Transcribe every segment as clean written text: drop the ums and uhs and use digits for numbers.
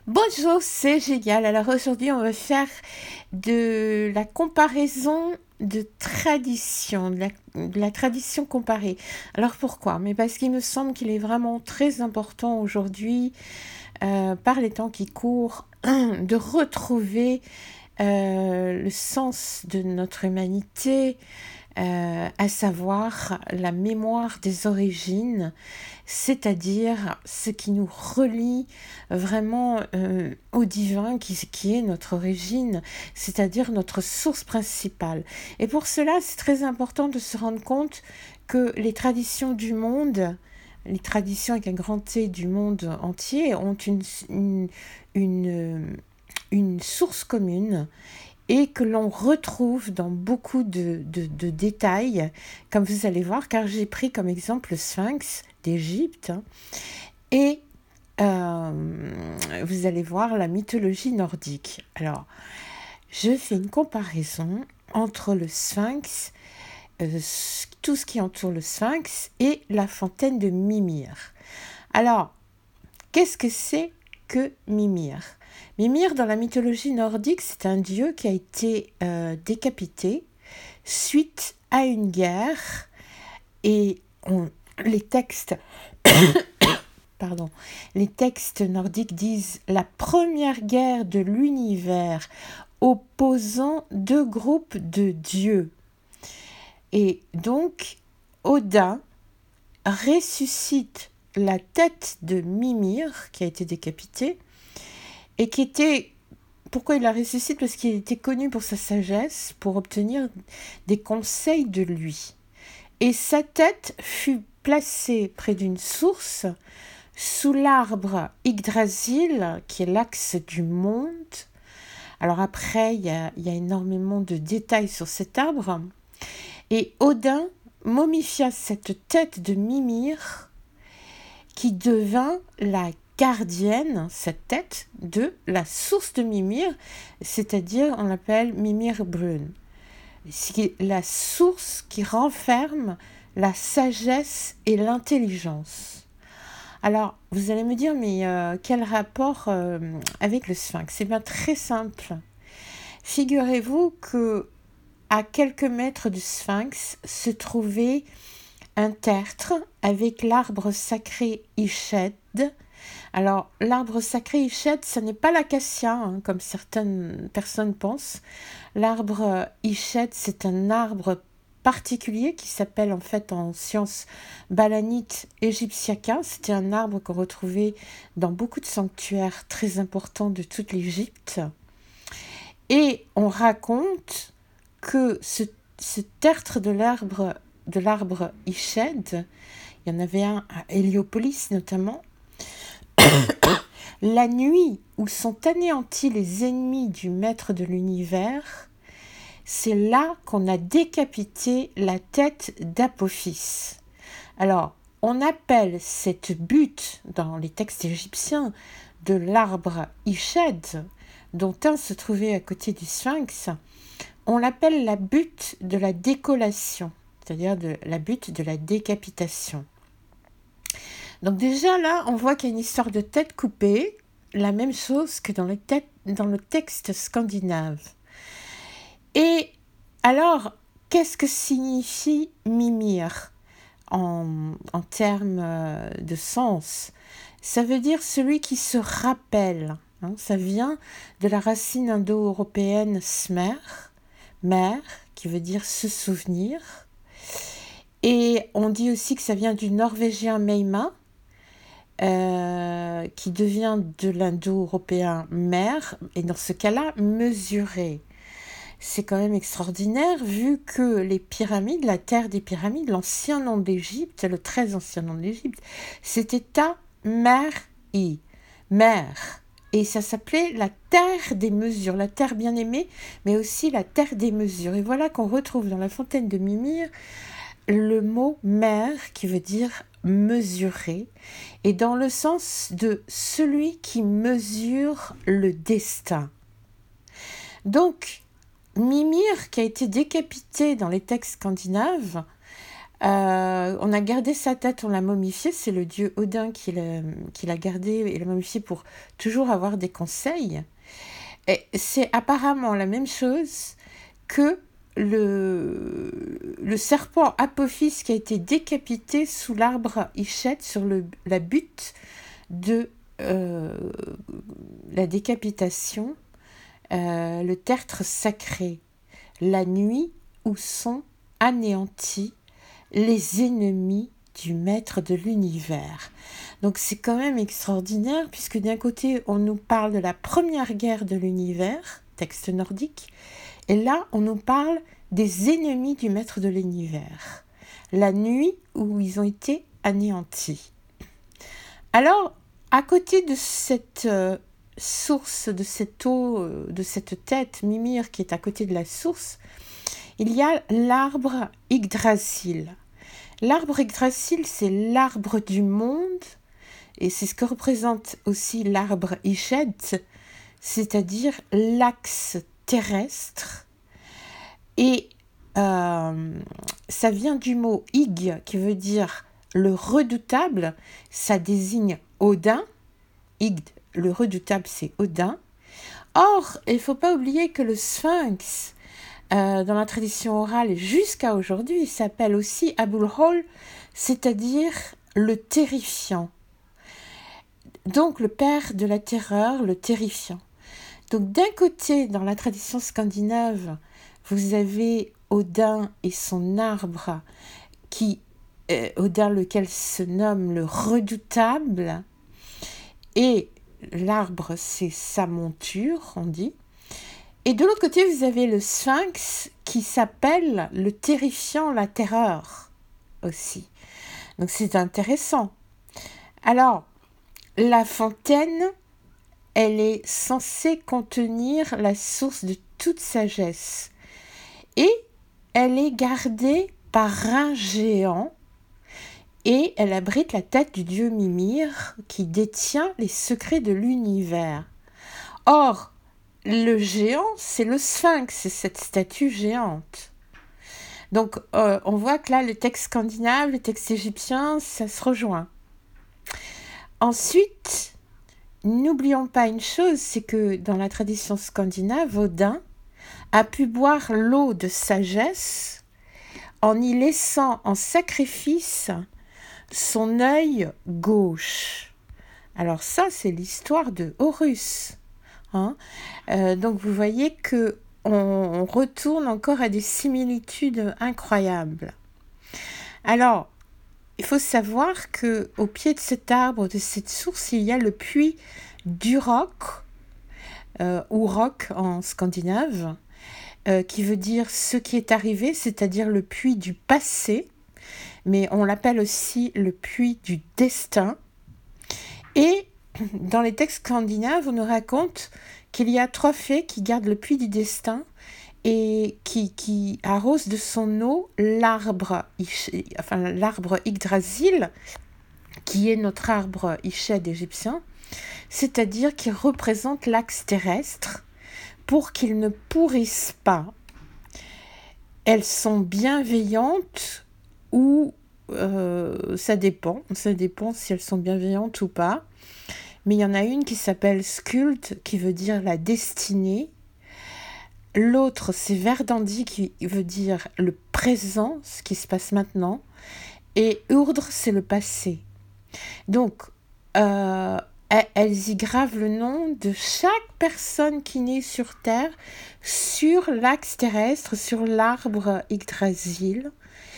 Bonjour, c'est génial. Alors aujourd'hui, on va faire de la comparaison de tradition, de la tradition comparée. Alors pourquoi? Mais parce qu'il me semble qu'il est vraiment très important aujourd'hui, par les temps qui courent, de retrouver le sens de notre humanité, à savoir la mémoire des origines, c'est-à-dire ce qui nous relie vraiment au divin qui est notre origine, c'est-à-dire notre source principale. Et pour cela, c'est très important de se rendre compte que les traditions du monde, les traditions avec un grand T du monde entier, ont une, une source commune et que l'on retrouve dans beaucoup de détails, comme vous allez voir, car j'ai pris comme exemple le Sphinx d'Égypte, et vous allez voir la mythologie nordique. Alors, je fais une comparaison entre le Sphinx, tout ce qui entoure le Sphinx, et la fontaine de Mimir. Alors, qu'est-ce que c'est que Mimir? Mimir, dans la mythologie nordique, c'est un dieu qui a été décapité suite à une guerre. Et les textes, les textes nordiques disent la première guerre de l'univers opposant deux groupes de dieux. Et donc, Odin ressuscite la tête de Mimir, qui a été décapité, et qui était... Pourquoi il la ressuscite? Parce qu'il était connu pour sa sagesse, pour obtenir des conseils de lui. Et sa tête fut placée près d'une source, sous l'arbre Yggdrasil, qui est l'axe du monde. Alors après, il y a énormément de détails sur cet arbre. Et Odin momifia cette tête de Mimir, qui devint la gardienne, cette tête, de la source de Mimir, c'est-à-dire on l'appelle Mimir Brun. C'est la source qui renferme la sagesse et l'intelligence. Alors, vous allez me dire, mais quel rapport avec le Sphinx? C'est bien très simple. Figurez-vous que à quelques mètres du Sphinx se trouvait un tertre avec l'arbre sacré Ished. Alors, l'arbre sacré Ished, ce n'est pas l'acacia, comme certaines personnes pensent. L'arbre Ished, c'est un arbre particulier qui s'appelle en fait en sciences Balanite Egyptiaca. C'était un arbre qu'on retrouvait dans beaucoup de sanctuaires très importants de toute l'Égypte. Et on raconte que ce tertre de l'arbre Ished, il y en avait un à Héliopolis notamment, la nuit où sont anéantis les ennemis du maître de l'univers, c'est là qu'on a décapité la tête d'Apophis. Alors, on appelle cette butte, dans les textes égyptiens, de l'arbre Ished, dont un se trouvait à côté du Sphinx, on l'appelle la butte de la décollation, c'est-à-dire la butte de la décapitation. Donc déjà là, on voit qu'il y a une histoire de tête coupée, la même chose que dans le texte scandinave. Et alors, qu'est-ce que signifie Mimir en termes de sens? Ça veut dire celui qui se rappelle. Ça vient de la racine indo-européenne smer, mer, qui veut dire se souvenir. Et on dit aussi que ça vient du norvégien meima, qui devient de l'indo-européen mer, et dans ce cas-là, mesurer. C'est quand même extraordinaire vu que les pyramides, la terre des pyramides, l'ancien nom d'Égypte, le très ancien nom d'Égypte, c'était Ta-mer-i, mer. Et ça s'appelait la terre des mesures, la terre bien aimée, mais aussi la terre des mesures. Et voilà qu'on retrouve dans la fontaine de Mimir le mot mer qui veut dire mesurer, et dans le sens de celui qui mesure le destin. Donc, Mimir, qui a été décapité dans les textes scandinaves, On a gardé sa tête, on l'a momifiée. C'est le dieu Odin qui l'a gardé et l'a momifiée pour toujours avoir des conseils. Et c'est apparemment la même chose que le serpent Apophis qui a été décapité sous l'arbre Ichet sur la butte de la décapitation, le tertre sacré, la nuit où sont anéantis les ennemis du maître de l'univers. Donc c'est quand même extraordinaire puisque d'un côté on nous parle de la première guerre de l'univers, texte nordique, et là on nous parle des ennemis du maître de l'univers, la nuit où ils ont été anéantis. Alors à côté de cette source, de cette eau, de cette tête Mimir qui est à côté de la source, il y a l'arbre Yggdrasil. L'arbre Yggdrasil, c'est l'arbre du monde, et c'est ce que représente aussi l'arbre Iched, c'est-à-dire l'axe terrestre. Et ça vient du mot Ig, qui veut dire le redoutable, ça désigne Odin. Ig, le redoutable, c'est Odin. Or, il ne faut pas oublier que le sphinx, dans la tradition orale jusqu'à aujourd'hui, il s'appelle aussi Abul-Hol, c'est-à-dire le terrifiant. Donc le père de la terreur, le terrifiant. Donc d'un côté, dans la tradition scandinave, vous avez Odin et son arbre, Odin lequel se nomme le redoutable, et l'arbre c'est sa monture, on dit. Et de l'autre côté, vous avez le sphinx qui s'appelle le terrifiant, la terreur aussi. Donc c'est intéressant. Alors, la fontaine, elle est censée contenir la source de toute sagesse. Et elle est gardée par un géant et elle abrite la tête du dieu Mimir qui détient les secrets de l'univers. Or, le géant, c'est le sphinx, c'est cette statue géante. Donc, on voit que là, le texte scandinave, le texte égyptien, ça se rejoint. Ensuite, n'oublions pas une chose, c'est que dans la tradition scandinave, Odin a pu boire l'eau de sagesse en y laissant en sacrifice son œil gauche. Alors ça, c'est l'histoire de Horus. Donc vous voyez que on retourne encore à des similitudes incroyables. Alors, il faut savoir que au pied de cet arbre, de cette source, il y a le puits d'Urok, ou Rock en scandinave, qui veut dire ce qui est arrivé, c'est-à-dire le puits du passé, mais on l'appelle aussi le puits du destin. Et dans les textes scandinaves, on nous raconte qu'il y a 3 fées qui gardent le puits du destin et qui arrosent de son eau l'arbre Yggdrasil, qui est notre arbre Iched égyptien, c'est-à-dire qui représente l'axe terrestre, pour qu'il ne pourrisse pas. Elles sont bienveillantes ou ça dépend si elles sont bienveillantes ou pas. Mais il y en a une qui s'appelle Skuld, qui veut dire la destinée. L'autre, c'est Verdandi, qui veut dire le présent, ce qui se passe maintenant. Et Urdr, c'est le passé. Donc, elles y gravent le nom de chaque personne qui naît sur Terre, sur l'axe terrestre, sur l'arbre Yggdrasil.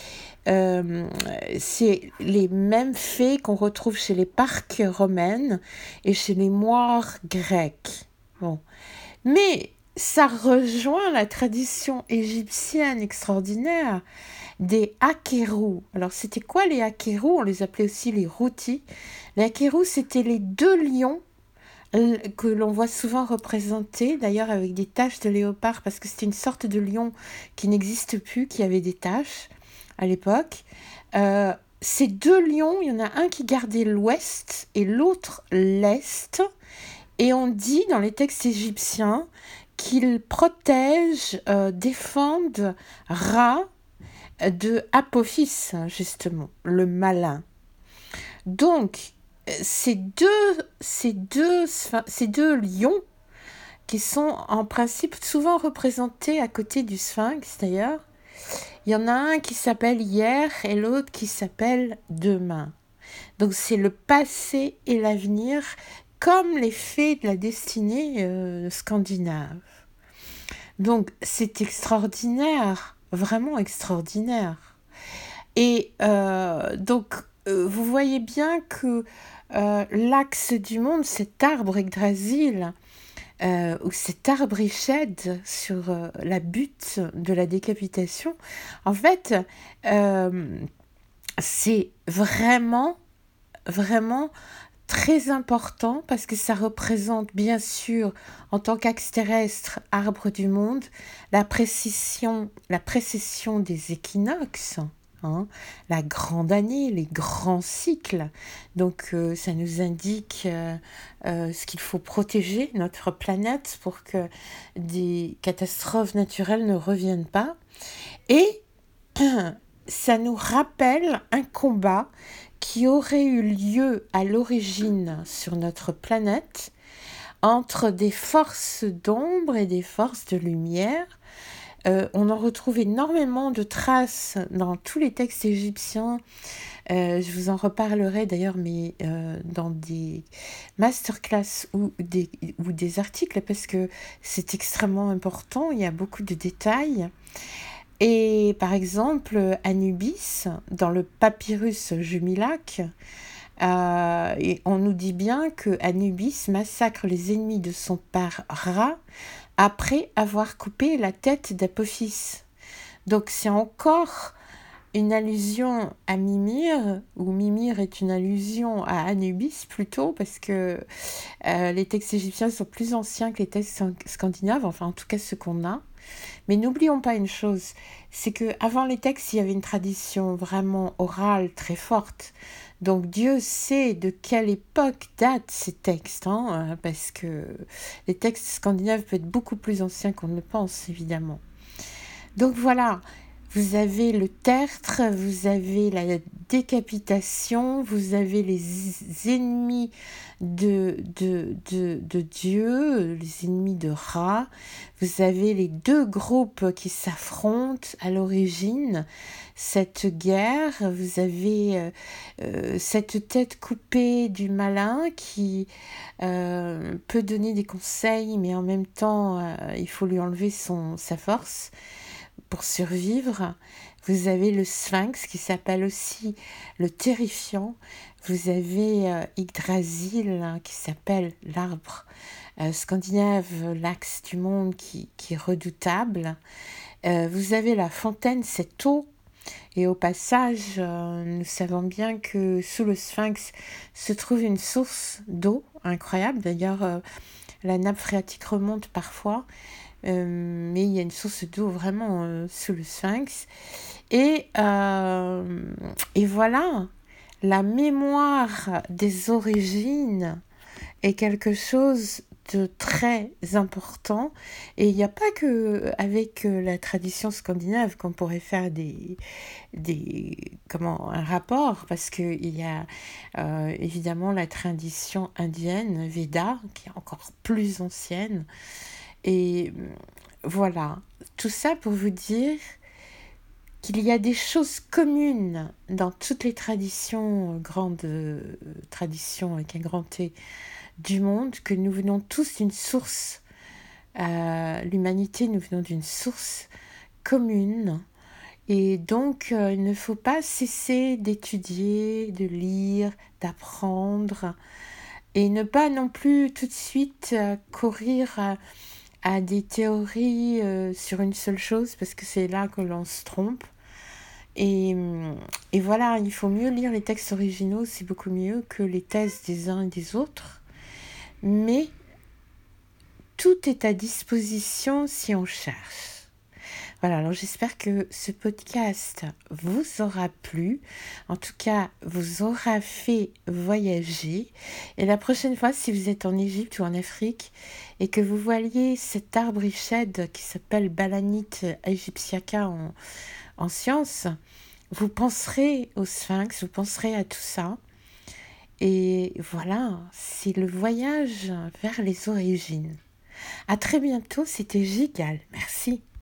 C'est les mêmes faits qu'on retrouve chez les parques romaines et chez les moires grecques. Bon. Mais ça rejoint la tradition égyptienne extraordinaire des Akerou. Alors c'était quoi les Akerou? On les appelait aussi les Routis. Les Akerou, c'était les 2 lions que l'on voit souvent représentés, d'ailleurs avec des taches de léopard, parce que c'était une sorte de lion qui n'existe plus, qui avait des taches à l'époque. Ces 2 lions, il y en a un qui gardait l'ouest et l'autre l'est. Et on dit dans les textes égyptiens qu'ils protègent, défendent Ra, de Apophis, justement, le malin. Donc, ces deux lions qui sont en principe souvent représentés à côté du sphinx d'ailleurs, il y en a un qui s'appelle hier et l'autre qui s'appelle demain. Donc c'est le passé et l'avenir comme les fées de la destinée scandinave. Donc c'est extraordinaire, vraiment extraordinaire. Et vous voyez bien que l'axe du monde, cet arbre Yggdrasil, ou cet arbre échède sur la butte de la décapitation, en fait, c'est vraiment, vraiment très important parce que ça représente bien sûr, en tant qu'axe terrestre, arbre du monde, la précession des équinoxes, hein, la grande année, les grands cycles. Donc ça nous indique ce qu'il faut protéger, notre planète, pour que des catastrophes naturelles ne reviennent pas. Et ça nous rappelle un combat qui aurait eu lieu à l'origine sur notre planète entre des forces d'ombre et des forces de lumière. On en retrouve énormément de traces dans tous les textes égyptiens. Je vous en reparlerai d'ailleurs, mais dans des masterclass ou des articles, parce que c'est extrêmement important, il y a beaucoup de détails. Et par exemple, Anubis, dans le papyrus Jumilac, et on nous dit bien que Anubis massacre les ennemis de son père Ra après avoir coupé la tête d'Apophis. Donc c'est encore une allusion à Mimir, ou Mimir est une allusion à Anubis plutôt, parce que les textes égyptiens sont plus anciens que les textes scandinaves, enfin en tout cas ceux qu'on a. Mais n'oublions pas une chose, c'est qu'avant les textes, il y avait une tradition vraiment orale très forte. Donc Dieu sait de quelle époque datent ces textes, hein, parce que les textes scandinaves peuvent être beaucoup plus anciens qu'on ne le pense, évidemment. Donc voilà, vous avez le tertre, vous avez la décapitation, vous avez les ennemis de Dieu, les ennemis de Ra, vous avez les deux groupes qui s'affrontent à l'origine, cette guerre, vous avez cette tête coupée du malin qui peut donner des conseils, mais en même temps, il faut lui enlever sa force pour survivre. Vous avez le sphinx qui s'appelle aussi le terrifiant. Vous avez Yggdrasil qui s'appelle l'arbre scandinave, l'axe du monde qui est redoutable. Vous avez la fontaine, cette eau. Et au passage, nous savons bien que sous le sphinx se trouve une source d'eau incroyable. D'ailleurs, la nappe phréatique remonte parfois. Mais il y a une source d'eau vraiment sous le sphinx. Et voilà, la mémoire des origines est quelque chose de très important. Et il n'y a pas que avec la tradition scandinave qu'on pourrait faire un rapport, parce qu'il y a évidemment la tradition indienne, Veda, qui est encore plus ancienne. Et voilà, tout ça pour vous dire qu'il y a des choses communes dans toutes les traditions, grandes traditions avec un grand T du monde, que nous venons tous d'une source, l'humanité, nous venons d'une source commune. Et donc, il ne faut pas cesser d'étudier, de lire, d'apprendre, et ne pas non plus tout de suite courir à des théories sur une seule chose, parce que c'est là que l'on se trompe. Et voilà, il faut mieux lire les textes originaux, c'est beaucoup mieux que les thèses des uns et des autres. Mais tout est à disposition si on cherche. Voilà, alors j'espère que ce podcast vous aura plu, en tout cas vous aura fait voyager. Et la prochaine fois, si vous êtes en Égypte ou en Afrique et que vous voyez cet arbre échède qui s'appelle Balanite aegyptiaca en sciences, vous penserez au sphinx, vous penserez à tout ça. Et voilà, c'est le voyage vers les origines. À très bientôt, c'était Gigal. Merci.